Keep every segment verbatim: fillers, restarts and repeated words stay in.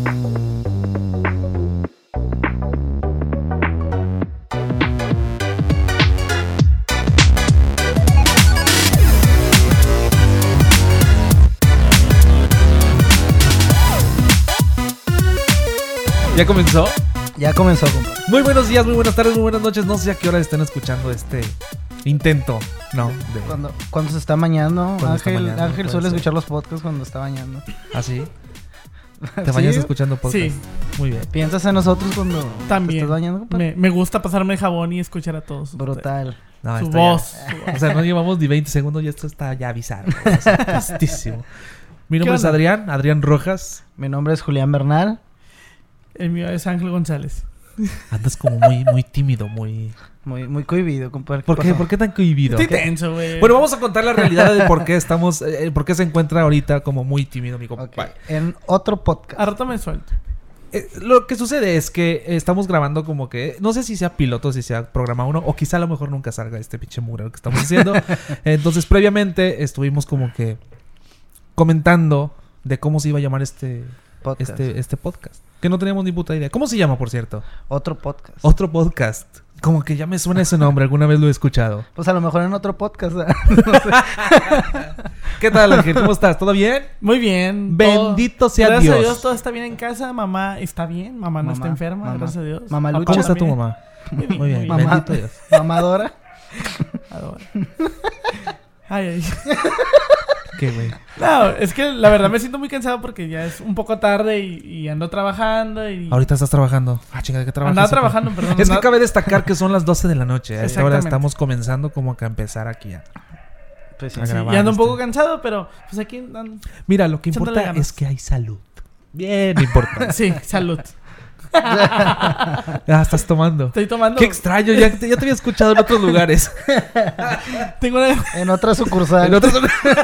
¿Ya comenzó? Ya comenzó, compadre. Muy buenos días, muy buenas tardes, muy buenas noches. No sé a qué hora están escuchando este intento, ¿no? De... Cuando, cuando se está bañando, Cuando Ángel, está bañando, Ángel puede suele ser. escuchar los podcasts cuando está bañando. ¿Ah, sí? ¿Te ¿Sí? bañas escuchando podcast? Sí. Muy bien. ¿Piensas en nosotros cuando También. te estás bañando, compadre? Me, me gusta pasarme el jabón y escuchar a todos. Brutal. No, Su esto voz. ya- su voz. O sea, no llevamos ni veinte segundos y esto está ya bizarro. O sea, tristísimo. Mi nombre es onda? Adrián, Adrián Rojas. Mi nombre es Julián Bernal. El mío es Ángel González. Andas como muy, muy tímido, muy... Muy, muy cohibido, compadre. ¿Por qué? pasó? ¿Por qué tan cohibido? Estoy tenso, güey. Bueno, vamos a contar la realidad de por qué estamos... Eh, por qué se encuentra ahorita como muy tímido mi Ok, compadre. en otro podcast. A rato me suelto. Eh, lo que sucede es que estamos grabando como que... No sé si sea piloto, si sea programa uno, o quizá a lo mejor nunca salga este pinche mural que estamos haciendo. Entonces, previamente estuvimos como que comentando de cómo se iba a llamar este Podcast. este este podcast. Que no teníamos ni puta idea. ¿Cómo se llama, por cierto? Otro podcast. Otro podcast. Como que ya me suena ese nombre, alguna vez lo he escuchado. Pues a lo mejor en otro podcast. ¿eh? ¿Qué tal, Ángel? ¿Cómo estás? ¿Todo bien? Muy bien. Bendito todo- sea gracias Dios. a Dios, todo está bien en casa. Mamá está bien. Mamá no Mamá, está enferma, mamá. gracias a Dios. Mamá Papá Lucha. ¿Cómo está tu también. mamá? Muy bien, Muy bien. Mamá. Bendito Dios. Mamadora. Adoro. Ay, ay. ¿Qué, güey? No, es que la verdad me siento muy cansado porque ya es un poco tarde y, y ando trabajando y... Ahorita estás trabajando. Ah, chingada, ¿qué trabajas? Andaba trabajando, perdón. Es que andaba- cabe destacar que son las doce de la noche. A esta hora Exactamente. estamos comenzando como que a empezar aquí a... Pues sí. A Sí, grabar y ando un este. poco cansado, pero pues aquí ando... Mira, lo que Echándole importa ganas. es que hay salud. Bien importante. Sí, salud. Ah, estás tomando. Estoy tomando... Qué extraño, ya te, ya te había escuchado en otros lugares. Tengo una... En otra sucursal. En otros...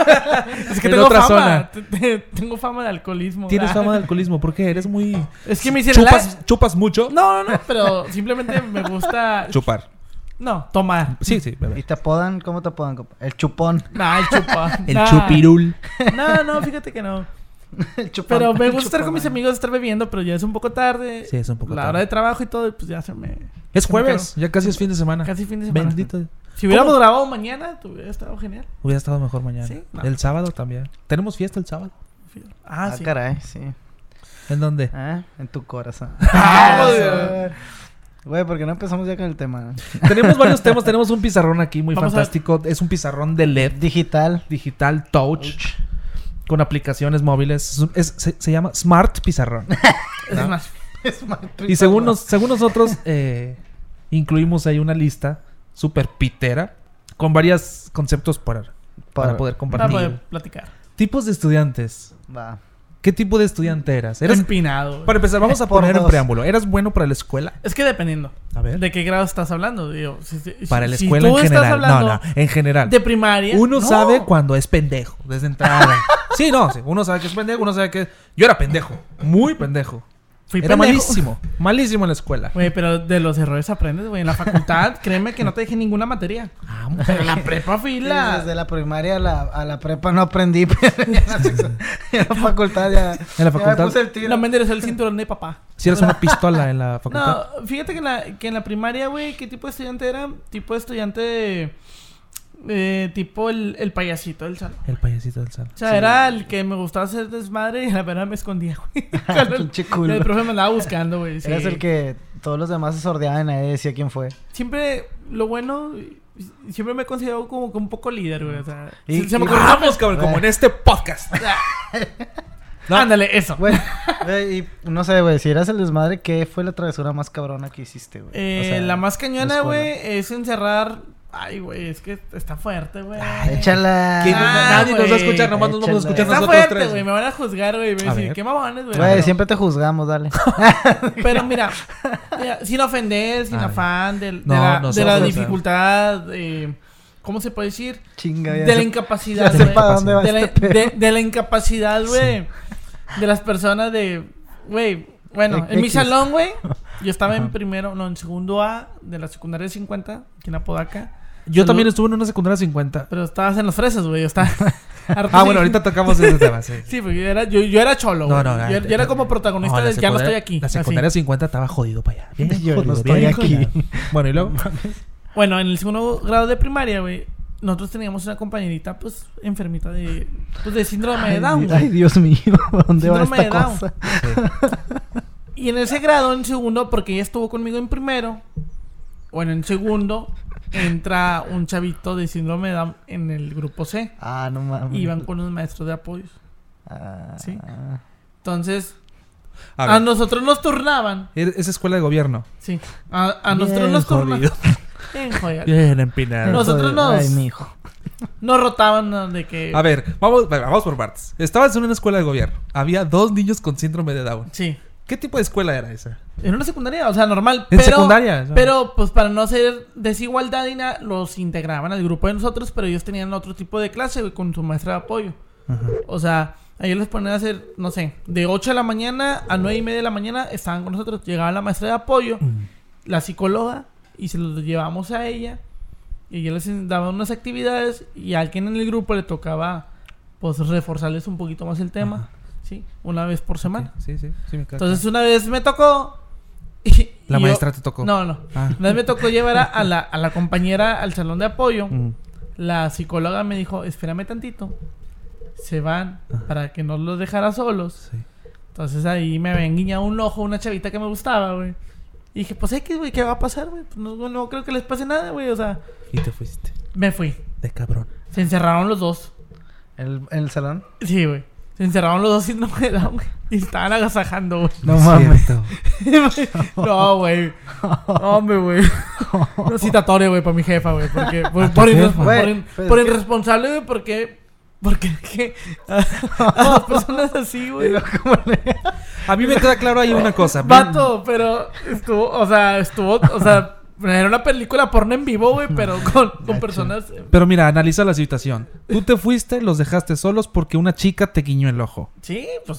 Es que en tengo otra fama. zona. Te- te- Tengo fama de alcoholismo. Tienes Ah. fama de alcoholismo. ¿Por qué? Eres muy... Es que me hicieron ¿Chupas, ¿Chupas mucho? la... No, no, no, pero simplemente me gusta... Chupar. No, tomar. Sí, sí, ¿Y bebé. te apodan? ¿Cómo te apodan, compadre? El chupón. No, el chupa. El Nah. chupirul. No, no, fíjate que no. El chupón. Pero me El gusta estar con chupón. mis amigos, estar bebiendo, pero ya es un poco tarde. Sí, es un poco La tarde. hora de trabajo y todo, pues ya se me... Es se me jueves. Ya casi es fin de semana. Casi fin de semana. Bendito. Si hubiéramos ¿Cómo? grabado mañana, te hubiera estado genial. Hubiera estado mejor mañana. Sí, no. El sábado también. Tenemos fiesta el sábado. Ah, Ah, sí. caray, sí. ¿En dónde? Ah, en tu corazón. Ah, Eso. Güey, ¿por qué no empezamos ya con el tema? Tenemos varios temas. Tenemos un pizarrón aquí muy Vamos a- fantástico. Es un pizarrón de L E D. Digital. Digital touch. Con aplicaciones móviles. Es- es- se, se llama Smart Pizarrón. Es ¿no? más, Y según, nos, según nosotros, eh, incluimos ahí una lista súper pitera con varios conceptos para, para, Para- poder para compartir. poder platicar. Tipos de estudiantes. Va. ¿Qué tipo de estudiante eras? ¿Eras Empinado. para empezar, vamos a Por poner en dos. preámbulo. ¿Eras bueno para la escuela? Es que dependiendo A ver. de qué grado estás hablando. Digo, si- si- Para la si escuela tú en estás general. No, hablando no, en general. de primaria. Uno no. sabe cuando es pendejo, desde entrada. Sí, no, sí, uno sabe que es pendejo, uno sabe que... Yo era pendejo, muy pendejo. Fui Era pendejo. malísimo, malísimo en la escuela. Güey, pero de los errores aprendes, güey. En la facultad, créeme que no te dejé ninguna materia. Ah, Pero en la prepa fui Sí, la... desde la primaria a la, a la prepa no aprendí, pero ya en la, sexo- en la facultad ya... En la ya facultad- me puse el tiro. No me enderezó el cinturón de papá. si eras una pistola en la facultad. No, fíjate que en la, que en la primaria, güey, ¿qué tipo de estudiante era? Tipo de estudiante... Eh, tipo el, el payasito del salón. El payasito del salón. O sea, Sí. era el que me gustaba hacer desmadre y a la verdad me escondía, güey. Cuando el, Pinche culo. el profe me andaba buscando, güey. Sí. Eras el que todos los demás se sordeaban y nadie decía quién fue. Siempre, lo bueno, siempre me he considerado como que un poco líder, güey. O sea, Y- se, se me y- ocurrió... Vamos, cabrón, como en este podcast. No. Ándale, eso. Güey, güey, y no sé, güey, si eras el desmadre, ¿qué fue la travesura más cabrona que hiciste, güey? Eh, O sea, la más la cañona, escuela. güey, es encerrar... Ay, güey, es que está fuerte, güey. Échala. ¿Quién- Ah, nadie nos va a güey. escuchar, nomás nos vamos a Échala. escuchar Está nosotros fuerte, tres. güey. Me van a juzgar, güey. Me van A a decir, ver. qué mamones, güey. Güey, Pero- siempre te juzgamos, dale. Pero mira, mira, sin ofender, sin A ver. afán del- de, No, la, no de se la ofenda. dificultad, eh, ¿cómo se puede decir? Chinga, ya De la sé- incapacidad, ya sé güey. para dónde va De la, este pedo. de, de la incapacidad, güey. De las personas de... Güey, bueno, en mi X. salón, güey, yo estaba Ajá. en primero, no, en segundo A de la secundaria cincuenta, aquí en Apodaca. Yo Salud. también estuve en una secundaria cincuenta. Pero estabas en los fresas, güey. Yo estaba... Ah, bueno, ahorita tocamos ese tema, sí. Sí, porque yo era, yo, yo era cholo, No, güey. no, no. yo, yo era como protagonista la de Ya no secundaria- estoy aquí. La así. secundaria cincuenta estaba jodido para allá. Bien Yo no jodido, estoy bien aquí. jodido. Bueno, y luego... Bueno, en el segundo grado de primaria, güey, nosotros teníamos una compañerita, pues, enfermita de... Pues, de síndrome de Down, Ay, güey. ay, Dios mío, ¿dónde va Síndrome esta de Down. cosa? Y en ese grado, en segundo, porque ella estuvo conmigo en primero, bueno, en segundo, entra un chavito de síndrome de Down en el grupo C. Ah, no mames. Iban con los maestros de apoyos. Ah, Sí. Entonces, A a, ver, nos nos turnaban. es escuela de gobierno. Sí. A, a nosotros Bien nos turnaban. jodido. Bien, joder. Bien empinado. Nosotros nos- Ay, mijo. Nos rotaban ¿no? de que... A ver, vamos, vamos por partes. Estabas en una escuela de gobierno. Había dos niños con síndrome de Down. Sí. ¿Qué tipo de escuela era esa? En una secundaria, o sea, normal. En pero, secundaria, o sea. Pero, pues, para no hacer desigualdad y nada, los integraban al grupo de nosotros, pero ellos tenían otro tipo de clase, güey, con su maestra de apoyo. Ajá. O sea, a ellos les ponían a hacer, no sé, de ocho de la mañana a nueve y media de la mañana estaban con nosotros. Llegaba la maestra de apoyo, Mm. la psicóloga, y se los llevamos a ella. Y ella les daba unas actividades y a alguien en el grupo le tocaba, pues, reforzarles un poquito más el tema. Ajá. Sí, una vez por semana. Sí, sí, sí, me cago. Entonces una vez me tocó... y- La y yo- maestra te tocó. No, no. Ah. Una vez me tocó llevar a, a la, a la compañera al salón de apoyo. Mm. La psicóloga me dijo, espérame tantito. Se van Ajá. para que no los dejara solos. Sí. Entonces ahí me habían guiñado un ojo una chavita que me gustaba, güey. Y dije, pues, X, güey, ¿qué va a pasar, güey? Pues no, no creo que les pase nada, güey. O sea, Y te fuiste. me fui. De cabrón. Se encerraron los dos. ¿El, ¿En el salón? Sí, güey. Se encerraron los dos y no me daban, güey. Y estaban agasajando, güey. No mames. Cierto. No, güey. Hombre, güey. No citatorio, güey, para mi jefa, güey. Porque, por, ¿A tu por, irres- jefa? por, Güey, in- pues, por ¿qué? irresponsable, güey, porque. Porque que a, a las personas así, güey. A mí me queda claro ahí una cosa. Vato, pero estuvo, o sea, estuvo, o sea, era una película porno en vivo, güey, pero con, con Gacho. personas. Pero mira, analiza la situación. Tú te fuiste, los dejaste solos porque una chica te guiñó el ojo. Sí, pues.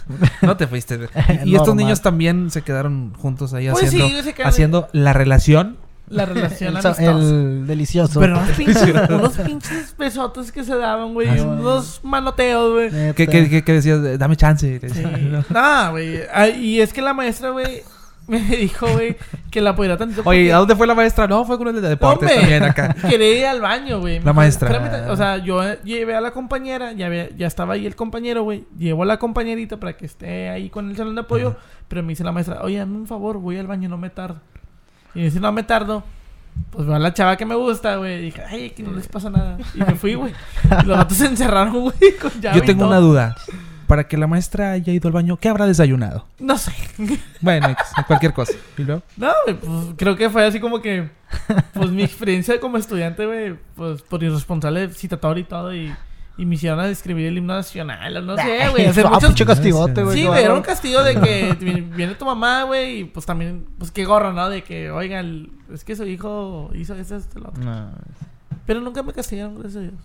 No te fuiste. Y, y estos Normal. niños también se quedaron juntos ahí Pues haciendo, sí, se quedaron- haciendo la relación. La relación El, sa- amistosa. el delicioso. Pero unos pinches, unos pinches besotes que se daban, güey. Ah, sí. Unos manoteos, güey. Neta. ¿Qué, qué, qué- qué decías? Dame chance. Sí. No, güey. Ah, y es que la maestra, güey, me dijo, güey, que la apoyara tantito. Oye, porque- ¿a dónde fue la maestra? No, fue con el de deportes Hombre, también acá. Quería ir al baño, güey. Me La dijo, maestra. "Espérame ta-". O sea, yo eh, llevé a la compañera, ya, había- ya estaba ahí el compañero, güey. Llevo a la compañerita para que esté ahí con el salón de apoyo. Ajá. Pero me dice la maestra, oye, hazme un favor, voy al baño, no me tardo. Y me dice, no me tardo. Pues veo a la chava que me gusta, güey. Y dije, ay, aquí no les pasa nada. Y me fui, güey. Y los gatos se encerraron, güey, con llave Yo y tengo todo. una duda. Para que la maestra haya ido al baño, ¿qué habrá desayunado? No sé. Bueno, X, cualquier cosa. ¿Y luego? No, güey, pues creo que fue así como que... Pues mi experiencia como estudiante, güey, pues por irresponsable citatorio y todo. Y, y me hicieron a escribir el himno nacional. o No sé, güey. Hacer Ah, muchos... pinche castigote, güey. Sí, qué güey, era un bárbaro. castigo de que viene viene tu mamá, güey, y pues también, pues qué gorro, ¿no? De que, oigan, es que su hijo hizo esto, esto, lo otro. No. Pero nunca me castigaron, gracias a Dios.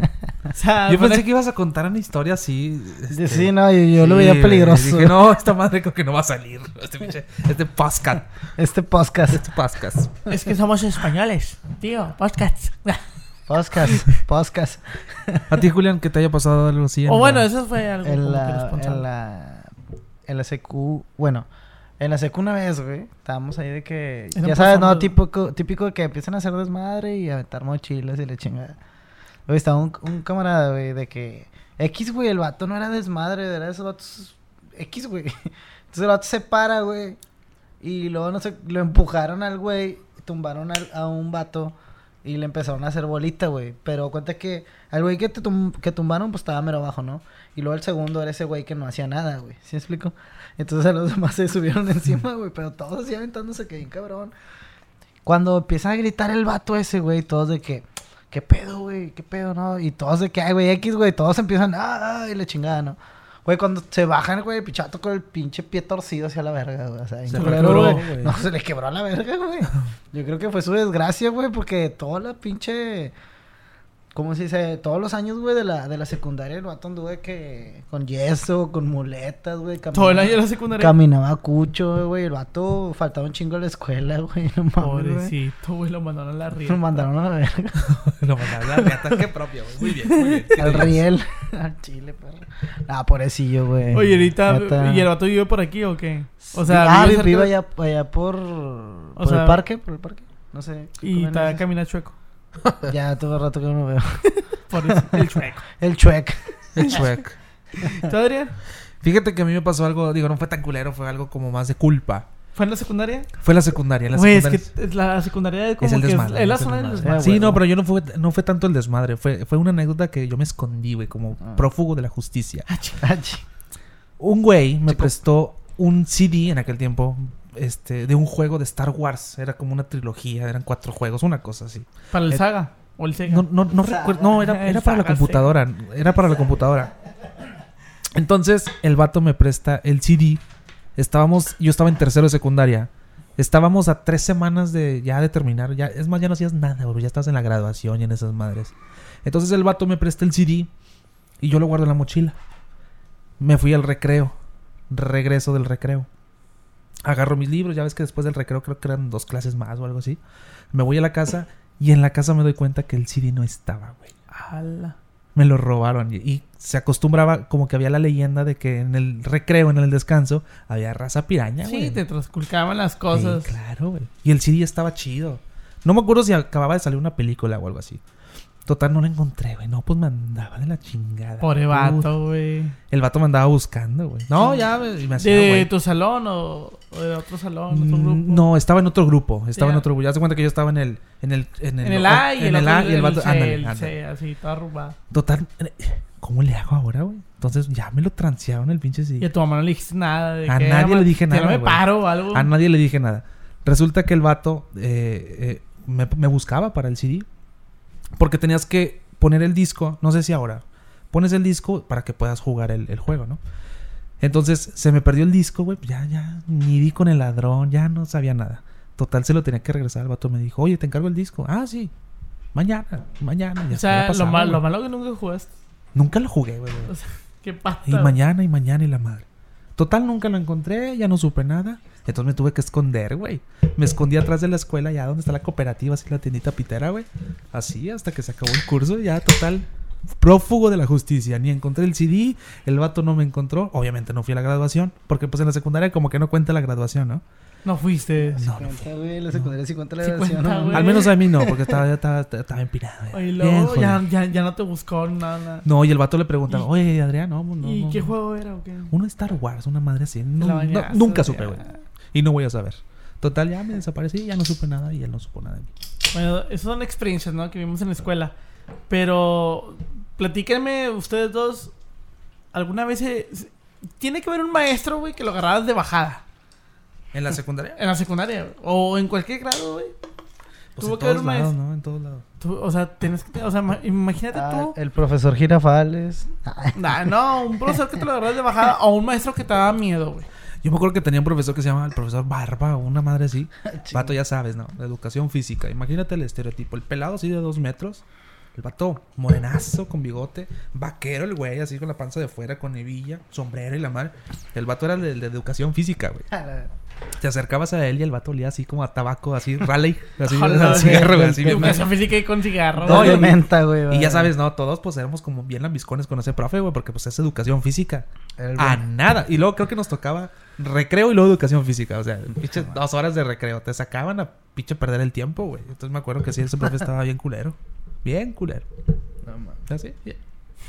O sea, Yo fue- pensé que ibas a contar una historia así. este, Sí, no, yo, yo lo sí, veía güey. peligroso. Dije, no, esta madre creo que no va a salir. Este pinche, este podcast. Este podcast. Este podcast. Es que somos españoles, tío, podcast. Podcast. Podcast. A ti, Julián, que te haya pasado algo así. en O bueno, la- eso fue algo En como que la, responsable. en la. En la secu. Bueno. En la secu una vez, güey. Estábamos ahí de que. Eran Ya sabes, ¿no? pasando- Típico, típico de que empiezan a hacer desmadre y a aventar mochilas y la chingada. Güey, estaba un, un camarada, güey, de que. X, güey, el vato no era desmadre, era de esos vatos. X, güey. Entonces el vato se para, güey. Y luego no sé, lo empujaron al güey. Tumbaron al- a un vato. Y le empezaron a hacer bolita, güey. Pero cuenta que al güey que, te tum- que tumbaron, pues estaba mero abajo, ¿no? Y luego el segundo era ese güey que no hacía nada, güey. ¿Sí me explico? Entonces a los demás se subieron encima, güey. Pero todos así aventándose que bien cabrón. Cuando empieza a gritar el vato ese, güey, todos de que... ¿Qué pedo, güey? ¿Qué pedo, no? Y todos de que, ay, güey, X, güey. Todos empiezan, ah, ah, y la chingada, ¿no? Güey, cuando se bajan, güey, el pichato con el pinche pie torcido hacia la verga, güey. O sea, bien Se culero, quebró, güey. güey. No, se le quebró a la verga, güey. Yo creo que fue su desgracia, güey, porque toda la pinche... ¿Cómo se dice? Todos los años, güey, de la, de la secundaria, el vato anduve que... Con yeso, con muletas, güey. Todo el año de la secundaria. Caminaba cucho, güey. El vato faltaba un chingo a la escuela, güey. No mames, güey. Pobrecito, güey. Lo mandaron a la rieta. Lo mandaron a la verga. Lo mandaron a la rieta. Qué propio, güey. Muy bien, muy bien. ¿Qué Al te digo? riel. Al chile, perro. Ah, pobrecillo, güey. Oye, ahorita... Neta. ¿Y el vato vive por aquí o qué? O sea, ah, vive vive, cerca- vive allá, allá por... por sea- el parque, por el parque. No sé. ¿qué Y colonia está es? camina chueco. Ya todo el rato que no lo veo. Por eso, el chueco. El chuec. El chuec. ¿Tú, Adrián? Fíjate que a mí me pasó algo, digo, no fue tan culero, fue algo como más de culpa. ¿Fue en la secundaria? Fue la secundaria, la Güey, es secundaria. que es la secundaria es como Es el que desmadre. es la es el zona del desmadre. desmadre. Sí, bueno. no, pero yo no fue, no fue tanto el desmadre. Fue, fue una anécdota que yo me escondí, güey, como Ah. prófugo de la justicia. Ah, chi- Un güey me Chico. prestó un C D en aquel tiempo, este, de un juego de Star Wars. Era como una trilogía, eran cuatro juegos, una cosa así. Para el Eh, Saga o el Sega. No, no, no Saga. recuerdo. No, era, era El para la Saga, computadora. Era para la computadora. Entonces, el vato me presta el C D. Estábamos, yo estaba en tercero de secundaria. Estábamos a tres semanas de ya de terminar. Ya, es más, ya no hacías nada, bro. Ya estás en la graduación y en esas madres. Entonces el vato me presta el C D y yo lo guardo en la mochila. Me fui al recreo. Regreso del recreo. Agarro mis libros. Ya ves que después del recreo creo que eran dos clases más o algo así. Me voy a la casa y en la casa me doy cuenta que el C D no estaba, güey. ¡Hala! Me lo robaron. Y, y se acostumbraba, como que había la leyenda de que en el recreo, en el descanso, había raza piraña, güey. Sí, te transculcaban las Sí, cosas. claro, güey. Y el C D estaba chido. No me acuerdo si acababa de salir una película o algo así. Total, no lo encontré, güey. No, pues me andaba de la chingada. Pobre Puta. vato, güey. El vato me andaba buscando, güey. No, ya me, y me hacía, ¿De güey. tu salón o, o de otro salón, otro grupo? Mm, No, estaba en otro grupo. Estaba Ya. en otro grupo. Ya se cuenta que yo estaba en el... En el, en el, En el A y en el, el otro A y el vato... C, ándale, el ándale. C, así, toda arrugada. Total, ¿cómo le hago ahora, güey? Entonces ya me lo transearon el pinche C D. Y a tu mamá no le dijiste nada. De A que, nadie "Ah, le dije que nada, no me güey. paro o algo. A nadie le dije nada. Resulta que el vato eh, eh, me, me buscaba para el C D. Porque tenías que poner el disco, no sé si ahora, pones el disco para que puedas jugar el, el juego, ¿no? Entonces se me perdió el disco, güey. Ya, ya, ni di con el ladrón, ya no sabía nada. Total, se lo tenía que regresar. El vato me dijo, oye, te encargo el disco. Ah, sí. Mañana, mañana. Ya O sea, había pasado, lo, mal, lo güey. malo que nunca jugaste. Nunca lo jugué, güey. O sea, qué pata. Y mañana, y mañana, y la madre. Total, nunca lo encontré, ya no supe nada. Entonces me tuve que esconder, güey. Me escondí atrás de la escuela, ya donde está la cooperativa, así la tiendita pitera, güey. Así hasta que se acabó el curso, ya total. Prófugo de la justicia. Ni encontré el C D, el vato no me encontró. Obviamente no fui a la graduación, porque pues en la secundaria como que no cuenta la graduación, ¿no? No fuiste. No, no. cincuenta, güey. La secundaria cincuenta la cincuenta, graduación, ¿no? güey. Al menos a mí no, porque estaba, ya estaba, estaba empinado. güey. Oye, Bien luego ya, jodido. ya, ya no te buscó nada. No, y el vato le preguntaba, ¿Y- oye, Adrián, no, no. ¿Y no, qué no. juego era o qué? Uno de Star Wars, una madre así. No, La no, bañaste, nunca ya. supe, güey. Y no voy a saber. Total, ya me desaparecí, ya no supe nada y él no supo nada de mí. Bueno, esas son experiencias, ¿no? Que vimos en la escuela. Pero, platíquenme ustedes dos. ¿Alguna vez se- se- tiene que haber un maestro, güey, que lo agarraras de bajada? ¿En la secundaria? En la secundaria, güey, o en cualquier grado, güey. Pues Tuvo en que haber todos un lados, maestro. ¿no? En todos lados. Tú, o sea, tienes que... O sea, ma- imagínate Ah, tú... el profesor Girafales. Nah, no, un profesor que te lo agarras de bajada o un maestro que te daba miedo, güey. Yo me acuerdo que tenía un profesor que se llamaba el profesor Barba o una madre así. Vato, ya sabes, ¿no? De educación física. Imagínate el estereotipo. El pelado así de dos metros. El vato morenazo, con bigote. Vaquero el güey, así con la panza de fuera, con hebilla, sombrero y la madre. El vato era el de, de educación física, güey. Te acercabas a él y el vato olía así como a tabaco, así, raleigh. Así, Ojalá, a cigarro, güey, del así bien Educación física y con cigarro. No, No, y- de menta, güey. Y ya sabes, ¿no? Todos pues éramos como bien lambiscones con ese profe, güey, porque pues es educación física. El A buen- nada. Y luego creo que nos tocaba recreo y luego educación física. O sea, pinche dos horas de recreo. Te sacaban a pinche perder el tiempo, güey. Entonces me acuerdo que sí, ese profe estaba bien culero. Bien culero. No, mames. Así, bien.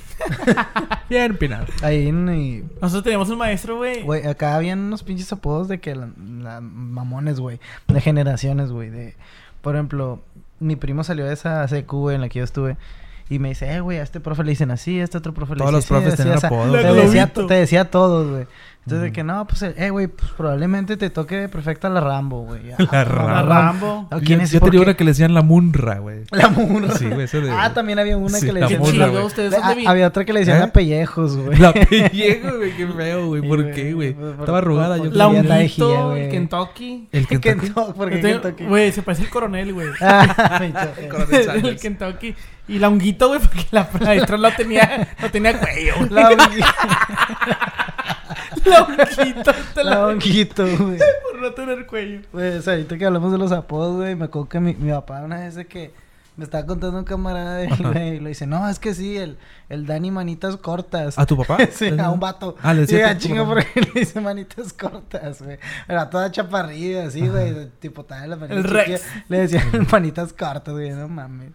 Bien empinado. Ahí en... y- Nosotros teníamos un maestro, güey. Güey, acá habían unos pinches apodos de que la, la- mamones, güey. De generaciones, güey. De, por ejemplo, mi primo salió de esa C Q, güey, en la que yo estuve. Y me dice, eh, güey, a este profe le dicen así, a este otro profe le Todos dicen los así, profes así, tenían o sea, apodos. Te La decía, globito. te decía todos, güey. Entonces, de que no, pues, eh, güey, pues probablemente te toque perfecta la Rambo, güey. La Rambo. La Rambo. ¿O ¿Quién yo es? yo ¿Por tenía qué? una que le decían la Munra, güey. La Munra. Sí, güey, ese de... Ah, también había una Sí, que le la Qué decían... Munra, chido, güey. ustedes Ah, son de vi- había otra que le decían ¿Eh? la Pellejos, güey. La pellejo, güey, qué feo, güey. Sí, ¿Por güey. qué, güey? Por- por- Estaba arrugada por- yo. por- La Ya está de Honguito, gira, güey. el Kentucky. El ¿Qué Kentucky. Kentucky? ¿Por qué Este, Kentucky? Güey, se parece el coronel, güey. Ah, me choqué. Coronel el Sanders. Kentucky. Y la Honguito, güey, porque la maestra no tenía, no tenía cuello, güey. La honguito. La Honguito. te La la- honguito, güey. Por no tener cuello. Pues ahorita que hablamos de los apodos, güey, me acuerdo que mi, mi papá una vez de que me estaba contando un camarada de él, güey, y lo dice, no, es que sí, el, el Dani Manitas Cortas. ¿A tu papá? Sí, a un vato. Ah, le decía Sí, a a tu chinga papá. porque le dice manitas cortas, güey. Era toda chaparrilla, así, güey, de- tipo, estaba en la El Rex. Le decían manitas cortas, güey, no mames.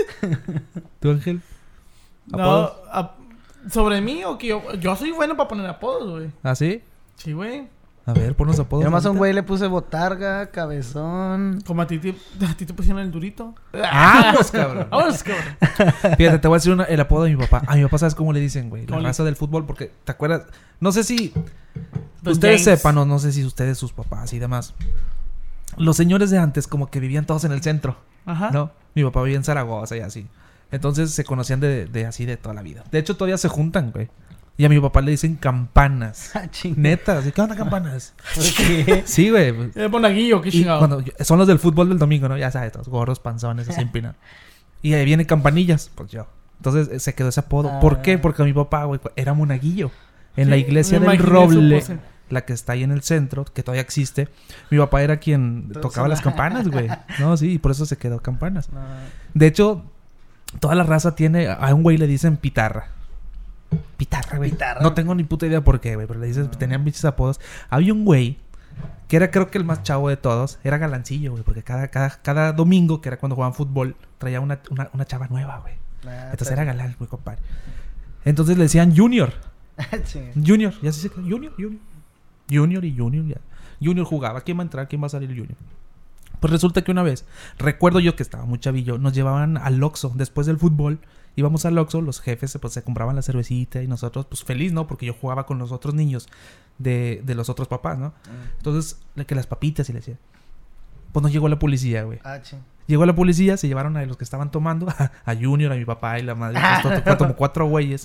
¿Tú, Ángel? No, ¿Apodos? a- ¿sobre mí o que yo? Yo soy bueno para poner apodos, güey. ¿Ah, sí? Sí, güey. A ver, ponnos apodos. Yo nomás a un ahorita. güey le puse botarga, cabezón. Como a ti, te- a ti te pusieron el durito. ¡Vamos, cabrón! Vamos, cabrón. Fíjate, te voy a decir una- el apodo de mi papá. A mi papá, ¿sabes cómo le dicen, güey? La ¿Cómo le- raza del fútbol, porque, ¿te acuerdas? No sé si Don ustedes James. sepan o no sé si ustedes, sus papás y demás. Los señores de antes como que vivían todos en el centro, Ajá. ¿no? Mi papá vivía en Zaragoza y así. Entonces se conocían de, de así de toda la vida. De hecho, todavía se juntan, güey. Y a mi papá le dicen campanas. Ah, chinga. Neta, así, ¿qué onda campanas? ¿Por qué? Sí, güey. El monaguillo, qué Y chingado. cuando, son los del fútbol del domingo, ¿no? Ya sabes, todos gorros, panzones, así empinados. Y ahí viene Campanillas, pues yo. Entonces eh, se quedó ese apodo. ¿Por Ah. qué? Porque mi papá, güey, era monaguillo. En la Sí, iglesia me del imaginé su Roble, pose. la que está ahí en el centro, que todavía existe. Mi papá era quien Entonces, tocaba las campanas, güey. No, sí, y por eso se quedó Campanas. No. De hecho, toda la raza tiene... A un güey le dicen pitarra. Pitarra, güey. Pitarra. No tengo ni puta idea por qué, güey. Pero le dicen... No. Tenían bichos apodos. Había un güey... Que era creo que el más chavo de todos. Era galancillo, güey. Porque cada, cada, cada domingo, que era cuando jugaban fútbol... Traía una, una, una chava nueva, güey. Ah, Entonces pero- era galán, güey, compadre. Entonces le decían Junior. Chinga. Junior. Ya se dice Junior, Junior. Junior y Junior, ya. Junior jugaba. ¿Quién va a entrar? ¿Quién va a salir Junior? Pues resulta que una vez, recuerdo yo que estaba muy chavillo, nos llevaban al Oxxo después del fútbol. Íbamos al Oxxo, los jefes pues se compraban la cervecita y nosotros, pues feliz, ¿no? Porque yo jugaba con los otros niños de, de los otros papás, ¿no? Entonces, le- que las papitas y le decía. Pues nos llegó la policía, güey. Ah, chinga. Llegó la policía, se llevaron a los que estaban tomando, a, a Junior, a mi papá y la madre. Pues, to- to- como cuatro güeyes.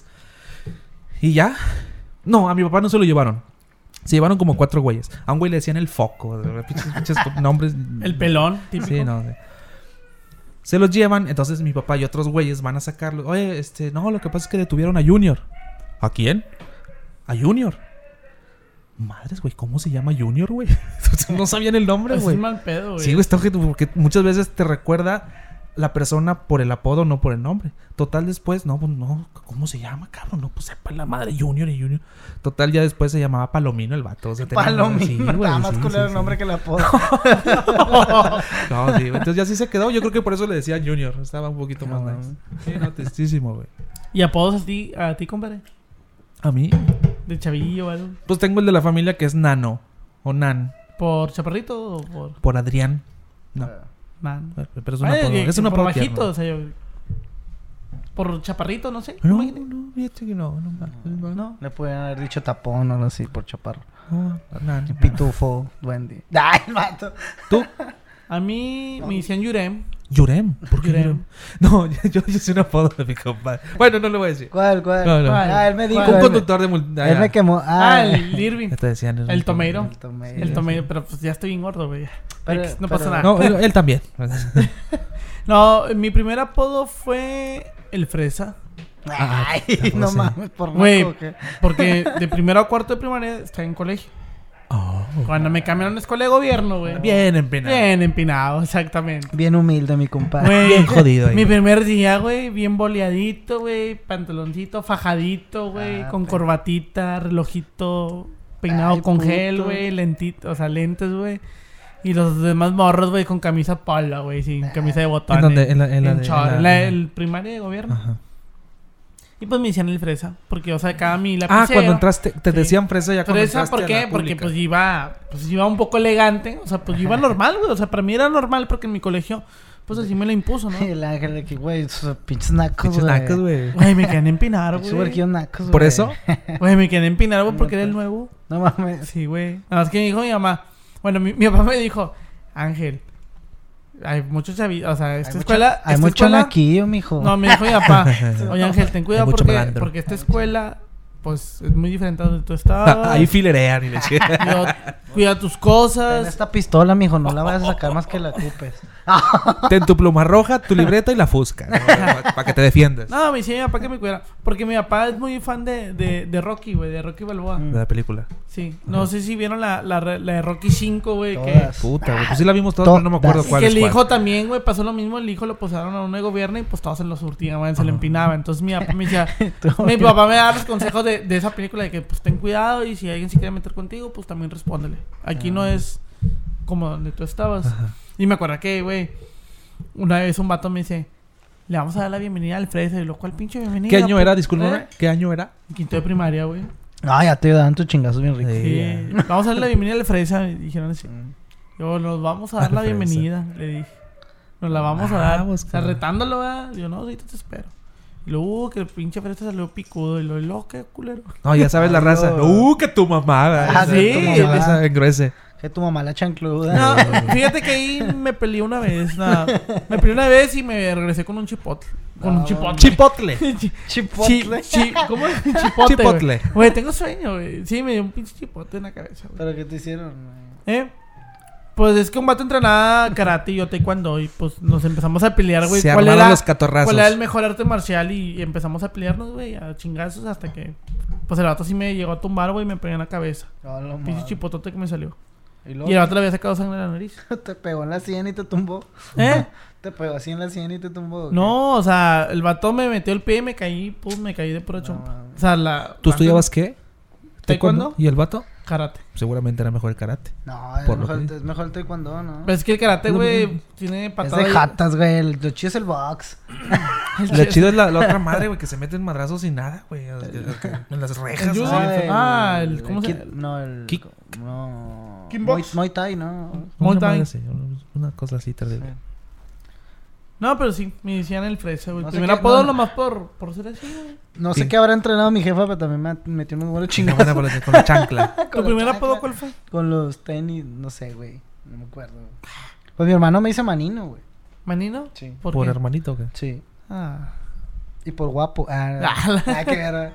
Y ya. No, a mi papá no se lo llevaron. Se llevaron como cuatro güeyes. A un güey le decían el foco. Pinches, pinches nombres. El pelón, típico. Sí, no. sí. Se los llevan, entonces mi papá y otros güeyes van a sacarlo. Oye, este, no, lo que pasa es que detuvieron a Junior. ¿A quién? A Junior. Madres, güey, ¿cómo se llama Junior, güey? No sabían el nombre, Es güey. un mal pedo, güey. Sí, güey, está ojete, porque muchas veces te recuerda la persona por el apodo, no por el nombre. Total, después, no, pues no, ¿cómo se llama, cabrón? No, pues sepa la madre, Junior y Junior. Total, ya después se llamaba Palomino el vato. O sea, tenía- Palomino. sí, güey, Estaba más sí, culero sí, el nombre sí. que el apodo. No, sí, güey, entonces ya sí se quedó. Yo creo que por eso le decía Junior. Estaba un poquito más No, nice. Sí, no, tristísimo, güey. ¿Y apodos a ti, a ti, compadre? A mí, ¿De chavillo o algo? pues tengo el de la familia que es Nano o Nan, ¿Por chaparrito o por por Adrián. No, man? pero es un Ay, apodo. que- Es que un por apodo bajito, tierno. o sea, yo... Por chaparrito, no sé. No, imagínate. no, fíjate que no, no, no, no, Le pueden haber dicho tapón o algo así por chaparro. no, Nan. Pitufo, duende. ¡Ay, el vato! ¿Tú? A mí me decían Yurem. Yurem. ¿Por qué Yurem. Yurem? No, yo, yo, yo soy un apodo de mi compadre. Bueno, no lo voy a decir. ¿Cuál, cuál? No, no. Ah, él me dijo. ¿Cuál? Un él me- conductor de mul- Él me quemó. Ah, Ah, el Irving. Ya te decían. es un El apodo. Tomeiro. El Tomeiro. El Tomeiro, pero pues ya estoy bien gordo, güey. Pero- X, no pero- pasa nada. No, él, él también. No, mi primer apodo fue el Fresa. Ay, Ah, no sí. mames, por Güey, loco, ¿qué? porque de primero a cuarto de primaria estaba en colegio. Oh. Cuando me cambiaron a escuela de gobierno, güey. Bien empinado. Bien empinado, exactamente. Bien humilde, mi compadre. Güey, Bien jodido ahí. Mi primer día, güey, bien boleadito, güey, pantaloncito fajadito, güey, Ah, con pe- corbatita, relojito, peinado Ay, con puto. gel, güey, lentito, o sea, lentes, güey. Y los demás morros, güey, con camisa pala, güey, sin camisa de botones. ¿En dónde? En la- en la de- short, en la- en la- en la- el primaria de gobierno. Ajá. Y pues me decían el fresa, porque yo sacaba mi Ah, lapicero. cuando entraste, te Sí. decían fresa ya cuando Fresa, entraste ¿por a qué? la Porque pública. pues iba, pues iba un poco elegante. O sea, pues iba normal, güey. O sea, para mí era normal porque en mi colegio, Pues así me la impuso, ¿no? Y el ángel de que, güey, sus pinches nacos, Pinches güey. nacos, güey. Güey, me quedé empinar, güey. Súper guión nacos, ¿Por güey. eso? Güey, me quedé empinar, güey, porque era el nuevo. No mames. Sí, güey. Nada más que me dijo mi mamá. Bueno, mi, mi papá me dijo, Ángel, hay muchos chavitos, o sea, esta Hay escuela... mucho, hay esta mucho escuela- naquillo, mijo. No, me dijo mi papá, oye Ángel, ten cuidado Hay mucho porque, malandro. porque esta escuela, pues, es muy diferente a donde tú estabas. Ahí filerean y le chingan. Yo, cuida tus Ten cosas. esta pistola, mijo, no la vayas a sacar más que la ocupes. Ten tu pluma roja, tu libreta y la fusca. Para que te defiendas. No, me decía mi papá que me cuidara. Porque mi papá es muy fan de, de, de Rocky, güey, de Rocky Balboa. Mm. De la película. Sí. No sé si vieron la, la, la de Rocky cinco, güey, que... Todas. Puta, güey. Pues sí la vimos todos, pero no me acuerdo Todas. cuál que es el cuál. hijo también, güey, pasó lo mismo. El hijo lo posaron a uno de gobierno y pues todos se lo surtían, güey, se le empinaba. Entonces mi papá me decía... mi papá me daba los consejos de, de esa película de que pues ten cuidado y si alguien se quiere meter contigo, pues también respóndele. Aquí no es como donde tú estabas. Ajá. Y me acuerdo que, güey, una vez un vato me dice... Le vamos a dar la bienvenida al Fresa. Y lo cual, pinche bienvenida. ¿Qué año pu- era? Discúlpame. ¿Eh? ¿Qué año era? Quinto de primaria, güey. Ah, ya te dan tus chingazos bien ricos. Sí. Sí. Vamos a darle la bienvenida al Fresa. Y dijeron así. Yo, nos vamos a dar Al la Fresa. bienvenida. Le dije. Nos la vamos a dar. Vamos, O sea, cabrón. retándolo, ¿verdad? Yo, no, ahorita te espero. Y luego, uh, que el pinche Fresa salió picudo. Y lo, y luego, qué culero. No, ya sabes la Ay, raza. no. Uh, que tu mamá. güey. Ah, sí, Tu mamá, tu esa mamá. engruese. Que tu mamá la chancluda. No, fíjate que ahí me peleé una vez. Nada. Me peleé una vez y me regresé con un chipotle. Con No, un chipotle. Chipotle. Chi- Chipotle. chi- ¿Cómo es? Chipotle. Chipotle. Güey, Güey, tengo sueño, güey. Sí, me dio un pinche chipote en la cabeza, güey. ¿Pero qué te hicieron, güey? ¿Eh? Pues es que un vato entrenaba karate y yo taekwondo y pues nos empezamos a pelear, güey. Se ¿Cuál armaron era, los catorrazos. ¿Cuál era el mejor arte marcial? Y, y empezamos a pelearnos, güey, a chingazos hasta que... Pues el vato sí me llegó a tumbar, güey, y me pegué en la cabeza. No, lo Pinche madre. chipotote que me salió. Y luego Y el vato le había sacado sangre de la nariz. te pegó en la sien y te tumbó. ¿Eh? Te pegó así en la sien y te tumbó. ¿o qué? No, o sea, el vato me metió el pie y me caí, pues me caí de pura No, chompa. mames. O sea, la... ¿Tú estudiabas qué? ¿Taekwondo? ¿Y el vato? Karate. Seguramente era mejor el karate. No, es Por lo mejor, que- es mejor el taekwondo, ¿no? Pero es que el karate, No, güey, no. tiene Es patada. de y- jatas, güey. El- Lo chido es el box. Lo chido es la, la otra madre, güey, que se meten madrazos sin nada, güey. En las rejas. El judo. así. Ah, el- ¿cómo se- kick- No, el... Kick. No... Kickbox. Muay, Muay Thai, ¿no? Muay Una Thai. madre así, una cosa así terrible. No, pero sí, me decían el fresa, güey. No sé Primer qué- apodo no. nomás por, por ser así, güey. No sé Sí. qué habrá entrenado mi jefa, pero también me ha- metió unos buenos Chingada chingados. con la, con la chancla. ¿Tu primer apodo cuál fue? Con los tenis, no sé, güey. No me acuerdo. Pues mi hermano me dice Manino, güey. ¿Manino? Sí. ¿Por, ¿Por qué? hermanito o qué? Sí. Ah. Y por guapo. Ah, Ah, la- nada que ver, güey.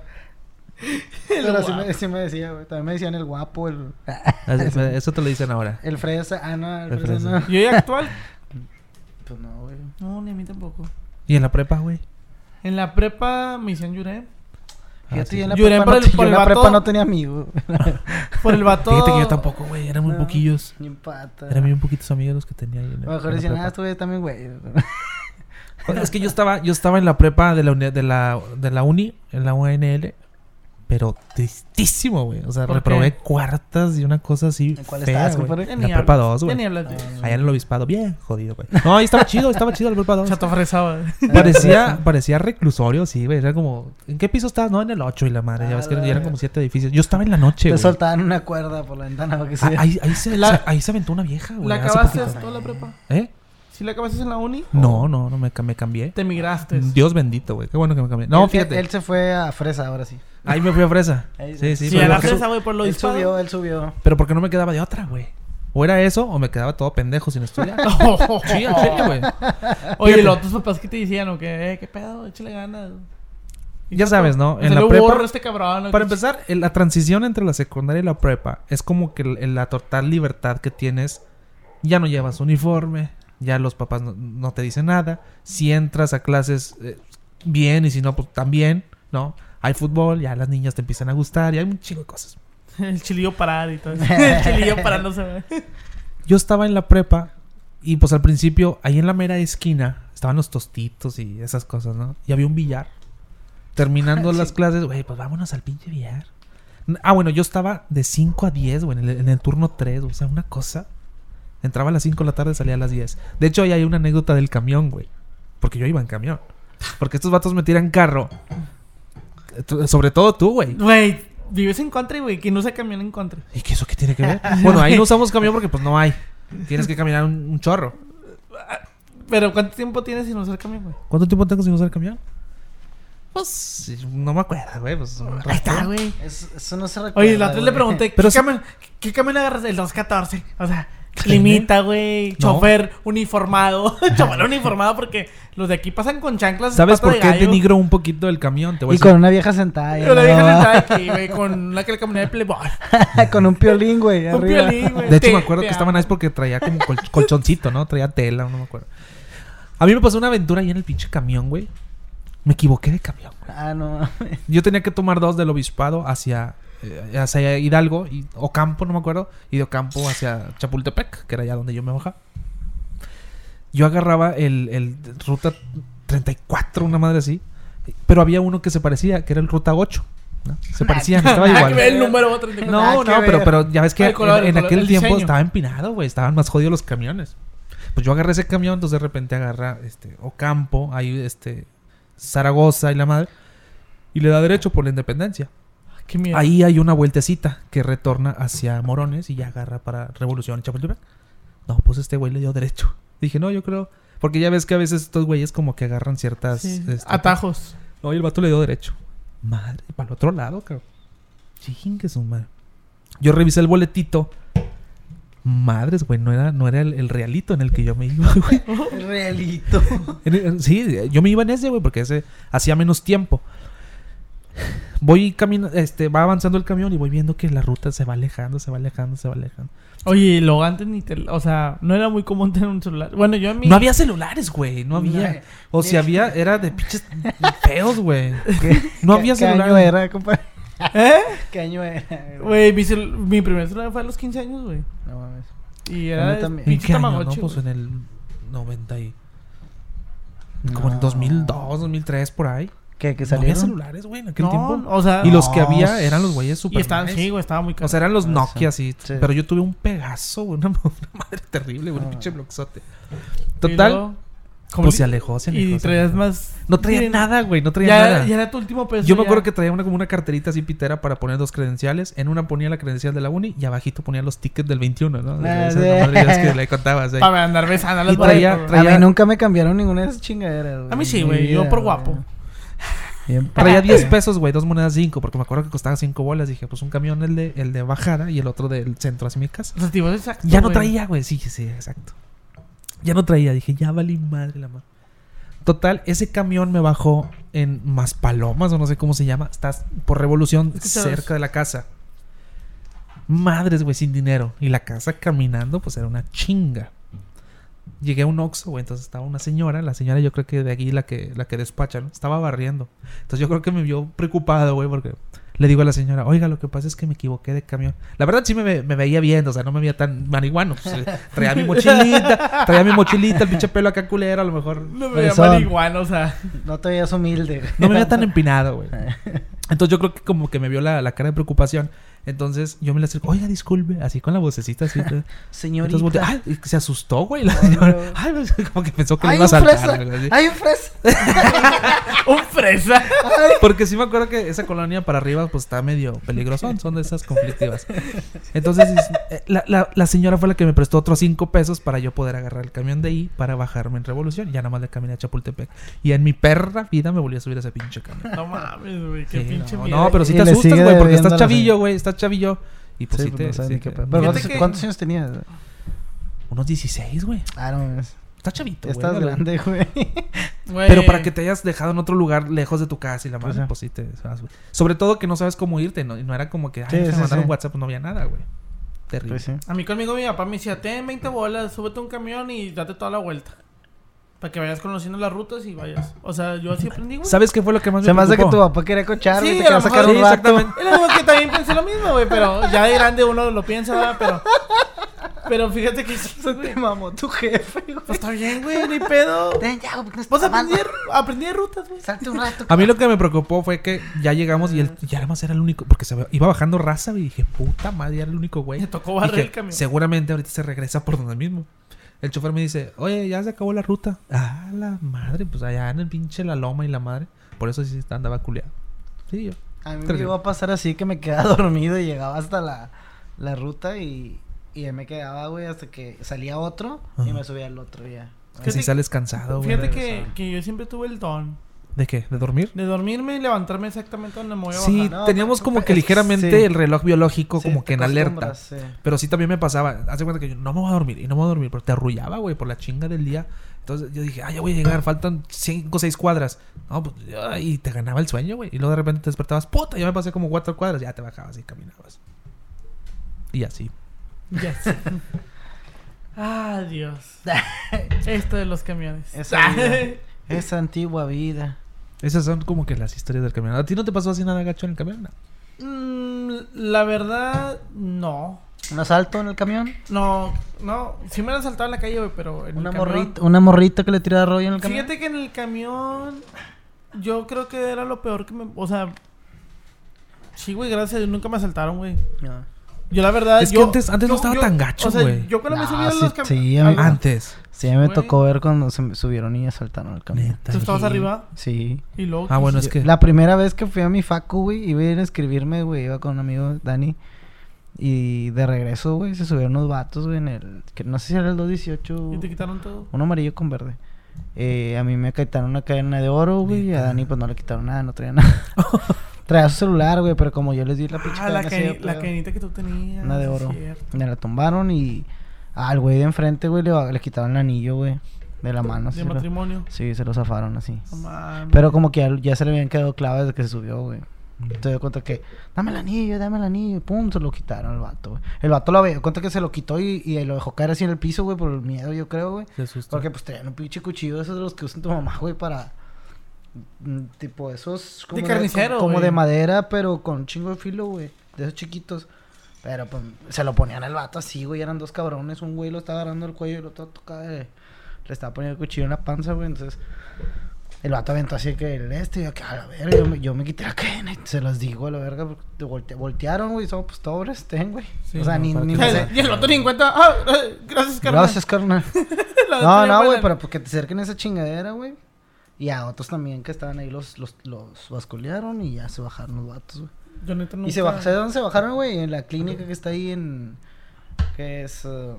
El Pero sí guapo. me, sí me decía, güey. También me decían el guapo, el... Eso, eso te lo dicen ahora. El fresa. Ah, no, el, El fresa, fresa. no. ¿Y hoy actual? Pues no, güey. No, ni a mí tampoco. ¿Y en la prepa, güey? En la prepa me decían Yurem. Fíjate, Ah, sí. yo en la Lloré prepa, por no, el- te- yo por en el la prepa vato. no tenía amigos. Por el vato. Fíjate que yo tampoco, güey. Eran muy No, poquillos. Ni empata. Eran bien poquitos amigos los que tenía ahí en A la- lo mejor en la decían, prepa. ah, estuve también, güey. Es que yo estaba, yo estaba en la prepa de la uni, de la, de la uni, en la U N L, pero tristísimo, güey. O sea, ¿Por reprobé qué? cuartas y una cosa así ¿En cuál fea, estabas, güey. compadre? Ya En ni la prepa hablas, dos, ya güey. ni hablas de eso. Allá en el obispado, bien jodido, güey. No, ahí estaba chido, estaba chido el obispado. Chato fresaba. Parecía, parecía reclusorio, sí, güey. Era como, ¿en qué piso estabas? No, en el ocho y la madre. Ya Ah, ves que la eran verga. como siete edificios. Yo estaba en la noche, Te güey. soltaban una cuerda por la ventana para que se... Ah, ahí, ahí, se, La- se- ahí se aventó una vieja, güey. ¿La hace acabaste poquito. toda la prepa? ¿Eh? ¿Sí la acabaste en la uni? No, no, no, me, ca- me cambié. Te migraste. Dios bendito, güey. Qué bueno que me cambié. No, Él- fíjate. Él, se fue a Fresa ahora sí. Ahí me fui a Fresa. Ahí- Sí, sí. Sí, pero a la porque- fresa, güey, por lo Él disparo. subió, él subió. Pero porque no me quedaba de otra, güey. O era eso, o me quedaba todo pendejo sin estudiar. Sí, en serio, güey. Oye, Fíjate. los otros papás que te decían, ¿o qué? Eh, ¿Qué pedo? Échale ganas. Y Ya tú, sabes, ¿no? me En la salió prepa- burro este cabrón. ¿no? Para Que- empezar, el- la transición entre la secundaria y la prepa es como que el- la total libertad que tienes. Ya no llevas uniforme, ya los papás no, no te dicen nada. Si entras a clases eh, bien y si no, pues también, ¿no? Hay fútbol, ya las niñas te empiezan a gustar y hay un chingo de cosas. El chilillo parado y todo eso. El chilillo parándose, güey. Yo estaba en la prepa y pues al principio, ahí en la mera esquina, estaban los tostitos y esas cosas, ¿no? Y había un billar. Terminando Sí. las clases, güey, pues vámonos al pinche billar. Ah, bueno, yo estaba de cinco a diez, güey, en el, en el turno tres, o sea, una cosa. Entraba a las cinco de la tarde, salía a las diez. De hecho, ahí hay una anécdota del camión, güey. Porque yo iba en camión. Porque estos vatos me tiran carro. Tú- Sobre todo tú, güey. Güey, vives en country, güey. Que no se camiona en country. ¿Y qué eso qué tiene que ver? Bueno, ahí no usamos camión porque pues no hay. Tienes que caminar un, un chorro. Pero ¿cuánto tiempo tienes sin usar camión, güey? ¿Cuánto tiempo tengo sin usar el camión? Pues no me acuerdo, güey. Pues, un Ahí está, rato. güey. Eso, eso no se recuerda. Oye, la otra vez le güey. pregunté, Pero ¿qué, sí- camión, ¿qué camión agarras? El dos catorce. O sea, limita, güey. No. Chofer uniformado. Chofer uniformado porque los de aquí pasan con chanclas. ¿Sabes pata por de qué gallo. denigro un poquito el camión? Te voy a Y decir. con una vieja sentada. ahí Pero la al vieja lado. sentada aquí, güey, con la que le caminaba de Playboy. Con un piolín, güey, Un arriba. violín, güey. De hecho, Te- me acuerdo te que estaba amo. nice porque traía como col- colchoncito, ¿no? Traía tela, no me acuerdo. A mí me pasó una aventura ahí en el pinche camión, güey. Me equivoqué de camión, güey. Ah, no mames. Yo tenía que tomar dos del Obispado hacia, eh, hacia Hidalgo y Ocampo, no me acuerdo. Y de Ocampo hacia Chapultepec, que era allá donde yo me bajaba. Yo agarraba el, el ruta treinta y cuatro, una madre así. Pero había uno que se parecía, que era el ruta ocho, ¿no? Se parecían, estaba Nada igual. que ver el número treinta y cuatro. Nada No, que no, pero, ver. pero ya ves que El color, en, el en color, aquel el tiempo diseño. estaba empinado, güey. Estaban más jodidos los camiones. Pues yo agarré ese camión, entonces de repente agarra este Ocampo, ahí este Zaragoza y la madre. Y le da derecho por la Independencia. Qué miedo. Ahí hay una vueltecita que retorna hacia Morones y ya agarra para Revolución y Chapultepec. No, pues este güey le dio derecho. Dije, no, yo creo... Porque ya ves que a veces estos güeyes como que agarran ciertas... Sí, este, atajos. No, y el vato le dio derecho. Madre, para el otro lado, cabrón. Chingue su madre. Yo revisé el boletito. Madres, güey, no era, no era el, el realito en el que yo me iba, güey. El realito. En el- Sí, yo me iba en ese, güey, porque ese hacía menos tiempo. Voy caminando, este, va avanzando el camión y voy viendo que la ruta se va alejando, se va alejando, se va alejando. Oye, y luego antes ni te... O sea, no era muy común tener un celular. Bueno, yo en mi... No había celulares, güey, no había. No, O si había, era de pinches feos, güey. ¿Qué- No qué- había ¿Qué celular. año era, compadre? ¿Eh? ¿Qué año era? Güey, mi, cel- mi primer celular fue a los quince años, güey. No mames. Y A era mí de también. ¿En pinche qué año, no? Tamagotchi, Pues güey. en el noventa y... Como en No. dos mil dos, dos mil tres, por ahí. ¿Qué? ¿Que No había salieron? celulares, güey, en aquel No, tiempo. o sea... Y los que No, había eran los güeyes Y super estaban, nice. sí, güey, estaba muy caro. O sea, eran los Ah, sí. Nokia, sí. Sí. Pero yo tuve un Pegaso, güey. Una, una madre terrible, güey. Un Ah. pinche bloxote. Y Total. luego, como Pues li- se alejó, se alejó. Y se traías alejó. más... No traía Miren, nada, güey. No traía Ya, nada. ya era tu último peso. Yo me ya. acuerdo que traía una como una carterita así pitera para poner dos credenciales. En una ponía la credencial de la uni y abajito ponía los tickets del veintiuno, ¿no? Ah, Esas sí. madrillas que le contabas ahí. Para andar besando a las Y traía- boletas, traía- güey. A mí nunca me cambiaron ninguna de esas chingaderas, güey. A mí sí, En mi güey, yo vida, por güey. guapo. Bien Traía diez pesos, güey. Dos monedas cinco. Porque me acuerdo que costaba cinco bolas. Dije, pues un camión el de, el de bajada y el otro del centro hacia mi casa. O sea, tipo, exacto, Ya no güey. traía, güey. Sí, sí, exacto. Ya no traía. Dije, ya valí madre la mano. Total, ese camión me bajó en Maspalomas o no sé cómo se llama. Estás por Revolución, Es que sabes- cerca de la casa. Madres, güey, sin dinero. Y la casa caminando, pues era una chinga. Llegué a un Oxxo, güey. Entonces estaba una señora. La señora yo creo que de aquí la que, la que despacha, ¿no? Estaba barriendo. Entonces yo creo que me vio preocupado, güey, porque... Le digo a la señora, oiga, lo que pasa es que me equivoqué de camión. La verdad sí me, ve- me veía bien, o sea, no me veía tan marihuano. Pues, eh, traía mi mochilita, traía mi mochilita, el pinche pelo acá culero, a lo mejor. No me veía Fresón. marihuana, o sea... No te veías humilde, güey. No me veía tan empinado, güey. Entonces yo creo que como que me vio la, la cara de preocupación. Entonces yo me le acerco, oiga, disculpe, así con la vocecita así. Entonces Señorita. volteé, ay, y se asustó, güey. La Ay, señora. bro. Ay, pues, como que pensó que le ¡Hay iba a un saltar. fresa! algo así. ¡Hay un fresa! ¡Un fresa! Porque sí me acuerdo que esa colonia para arriba pues está medio peligroso, son de esas conflictivas. Entonces eh, la, la, la señora fue la que me prestó otros cinco pesos para yo poder agarrar el camión de ahí para bajarme en Revolución. Ya nada más le caminé a Chapultepec. Y en mi perra vida me volví a subir a ese pinche camión. No mames, güey, qué Sí, pinche no, miedo. no, pero sí Y te le asustas, sigue güey, porque debiendo estás a la chavillo, señora. güey, estás chavillo. Y pues Sí, sí, pues te... no sabes sí ni qué te- pedo. Pero Fíjate ¿cuántos, que- cuántos años tenías? Unos dieciséis, güey. Ah, no mames. Estás chavito, Ya güey. estás ¿no? grande, güey. Güey. Pero para que te hayas dejado en otro lugar lejos de tu casa y la Pues madre, sí. pues sí te vas, güey. Sobre todo que no sabes cómo irte, ¿no? Y no era como que, ay, Sí, déjame sí, mandar sí. un WhatsApp, no había nada, güey. Terrible. Pues sí. A mí conmigo mi papá me decía, ten veinte bolas, súbete a un camión y date toda la vuelta. Para que vayas conociendo las rutas y vayas. O sea, yo así aprendí, güey. ¿Sabes qué fue lo que más me Se me hace que tu preocupó? papá quería cochar, güey. Sí, Te quería a lo sacar mejor un sí, rato. exactamente. Es lo mismo que también pensé lo mismo, güey, pero ya de grande uno lo piensa, ¿verdad? Pero... Pero fíjate que sí, Se güey. te mamó tu jefe, güey. Pues está bien, güey, ni pedo. Ten, ya, güey, porque no Pues estás aprendí, mamando. de- aprendí de rutas, güey. Salte un rato. A mí lo que me preocupó fue que ya llegamos y él ya nada más era el único, porque se ve- iba bajando raza y dije, puta madre, ya era el único güey. Me tocó barrer Dije, el camión. seguramente ahorita se regresa por donde mismo. El chofer me dice, oye, ya se acabó la ruta. Ah, la madre, pues allá en el pinche La Loma y la madre. Por eso sí andaba culeado. Sí, yo. A mí me Terrible. iba a pasar así que me quedaba dormido y llegaba hasta la, la ruta y, y ahí me quedaba, güey, hasta que salía otro y Ajá. me subía al otro ya. Que si sales cansado, güey. Fíjate que, que yo siempre tuve el don. ¿De qué? ¿De dormir? De dormirme y levantarme exactamente donde me voy a Sí, bajar. No, teníamos pero- como que es- ligeramente sí. el reloj biológico Sí, como te que en alerta. acostumbras, sí. Pero sí también me pasaba. Haz de cuenta que yo no me voy a dormir y no me voy a dormir, pero te arrullaba, güey, por la chinga del día. Entonces yo dije, ah, ya voy a llegar, faltan cinco o seis cuadras. No, pues, y te ganaba el sueño, güey. Y luego de repente te despertabas, puta, ya me pasé como cuatro cuadras, ya te bajabas y caminabas. Y así. Ya sé. Ah, Dios. Esto de los camiones. Esa vida, esa antigua vida. Esas son como que las historias del camión. ¿A ti no te pasó así nada gacho en el camión? No. Mm, la verdad, no. ¿Un asalto en el camión? No, no. Sí me han asaltado en la calle, güey, pero en Una el camión... morrita, una morrita que le tiraba rollo en el camión. Fíjate que en el camión yo creo que era lo peor que me... O sea... Sí, güey, gracias a Dios nunca me asaltaron, güey. No. Yo la verdad... Es que yo, antes- antes no yo- estaba yo- tan gacho, O sea, güey. yo cuando me No, subí a sí, los camiones... sí, a mí- Antes. Sí, a mí me Güey. tocó ver cuando se me subieron y asaltaron el camión. Neta. ¿Tú estabas Sí. arriba? Sí. Y luego... Ah, bueno, es Yo- que... La primera vez que fui a mi facu, güey, iba a ir a escribirme, güey, iba con un amigo, Dani. Y de regreso, güey, se subieron unos vatos, güey, en el... Que no sé si era el dos dieciocho. Y te quitaron todo. Uno amarillo con verde. Eh, a mí me quitaron una cadena de oro, güey, y a Dani pues no le quitaron nada, no traía nada. Traía su celular, güey, pero como yo les di la pinche Ah, la, cadena así de cani- la pedo, cadenita que tú tenías. una de sí, oro. cierto. Me la tumbaron y al güey de enfrente, güey, le, le quitaron el anillo, güey, de la mano. De así se lo- matrimonio. Sí, se lo zafaron así. No mames. Pero como que ya, ya se le habían quedado clavas desde que se subió, güey. Te doy cuenta que, dame el anillo, dame el anillo. Y pum, se lo quitaron al vato, güey. El vato lo veía, cuenta que se lo quitó y, y lo dejó caer así en el piso, güey, por el miedo, yo creo, güey. Se asustó. Porque pues tenían un pinche cuchillo, esos de los que usan tu mamá, güey, para... mm, tipo esos... De carnicero, Como, como güey. de madera, pero con un chingo de filo, güey. De esos chiquitos. Pero pues se lo ponían al vato así, güey. Eran dos cabrones. Un güey lo estaba agarrando el cuello y el otro tocaba de... Le estaba poniendo el cuchillo en la panza, güey. Entonces... El vato aventó así que el este, y yo que a la verga, yo me, yo me quité la cadena y se los digo a la verga, porque te volte- voltearon, güey, somos pues pobres, ten, güey. Sí, o sea, no, ni, para ni que- me Y sé. el otro ni en cuenta. Ah, eh, gracias, carnal. Gracias, carnal. La No, otra no, ya güey, fue pero porque te acerquen a esa chingadera, güey. Y a otros también que estaban ahí los, los, los basculearon y ya se bajaron los vatos, güey. la- Yo neta nunca... Y se bajaron, ¿sabes dónde se bajaron, güey? En la clínica que está ahí en... Que es... uh,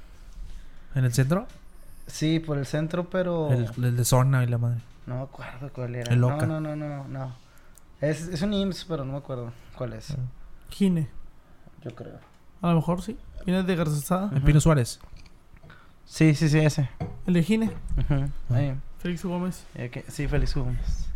¿En el centro? sí, por el centro, pero... El, el de zona y la madre. No me acuerdo cuál era. El no, Oca. no, no, no, no. Es, es un I M S S, pero no me acuerdo cuál es. Ah. Gine. Yo creo. A lo mejor sí. Vienes de Garzazada. En Pino Suárez. Sí, sí, sí, ese. El de Gine. Ujú, Ah. ahí. Félix Gómez. Eh, que- sí, Félix Gómez.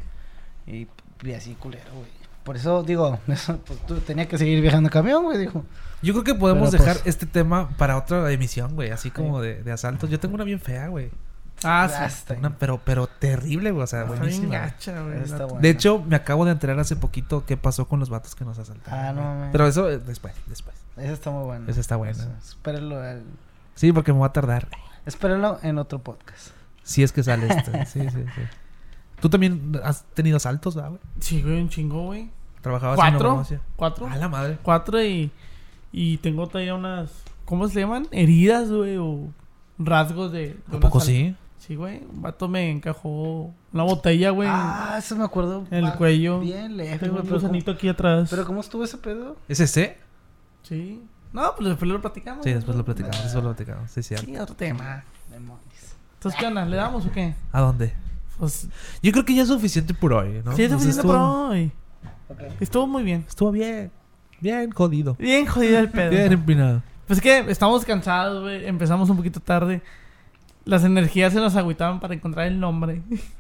Y, y así culero, güey. Por eso, digo, eso, pues, tú tenías que seguir viajando en camión, güey, dijo. Yo creo que podemos Pero, dejar pues- este tema para otra emisión, güey. Así como de, de asaltos. Yo tengo una bien fea, güey. Ah, Ya sí. está. Una, pero, pero terrible, güey. O sea, Está bien buenísima. gacha, güey. Está la- bueno. De hecho, me acabo de enterar hace poquito qué pasó con los vatos que nos asaltaron. Ah, no, güey. man. Pero eso eh, después, después. Ese está muy bueno. Ese está bueno. Eso, espérenlo, al- Sí, porque me va a tardar. espérenlo en otro podcast. Si es que sale esto. Sí, sí, sí. Tú también has tenido asaltos, ¿verdad, güey? Sí, güey, un chingo, güey. Trabajabas en una ¿Cuatro? farmacia. ¿Cuatro? A la madre. Cuatro y... Y tengo todavía unas... ¿Cómo se llaman? Heridas, güey, o rasgos de... de ¿A un poco asalto. sí? Sí, güey. Un vato me encajó una botella, güey. Ah, eso me acuerdo. en el va- cuello. Bien leve, Tengo güey. un Pero, ¿cómo- gusanito aquí atrás. pero ¿cómo estuvo ese pedo? ¿Es ese? Sí. No, pues después lo platicamos. Sí, güey. después lo platicamos. Después lo platicamos. Sí, sí. Sí, otro tema. Demonios. Entonces, ¿qué onda? ¿Le damos o qué? ¿A dónde? Pues... Yo creo que ya es suficiente por hoy, ¿no? Sí, es O sea, suficiente estuvo, por hoy. Ok. Estuvo muy bien. Estuvo bien. Bien jodido. Bien jodido el pedo. Bien empinado. Pues es que estamos cansados, güey. Empezamos un poquito tarde. Las energías se nos agüitaban para encontrar el nombre.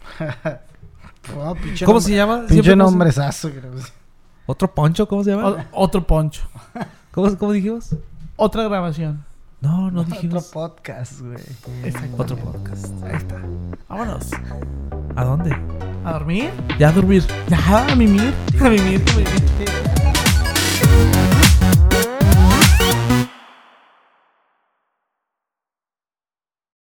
Oh, pinche ¿Cómo nombre- se llama? Pinche Siempre nos- nombrezazo, creo. ¿Otro poncho? ¿Cómo se llama? O- otro poncho. ¿Cómo, cómo dijimos? Otra grabación. No, no Otro dijimos. podcast, güey. Exacto. Otro podcast. Ahí está. Vámonos. ¿A dónde? ¿A dormir? Ya a dormir. Ya, a mimir. A mimir. A mimir.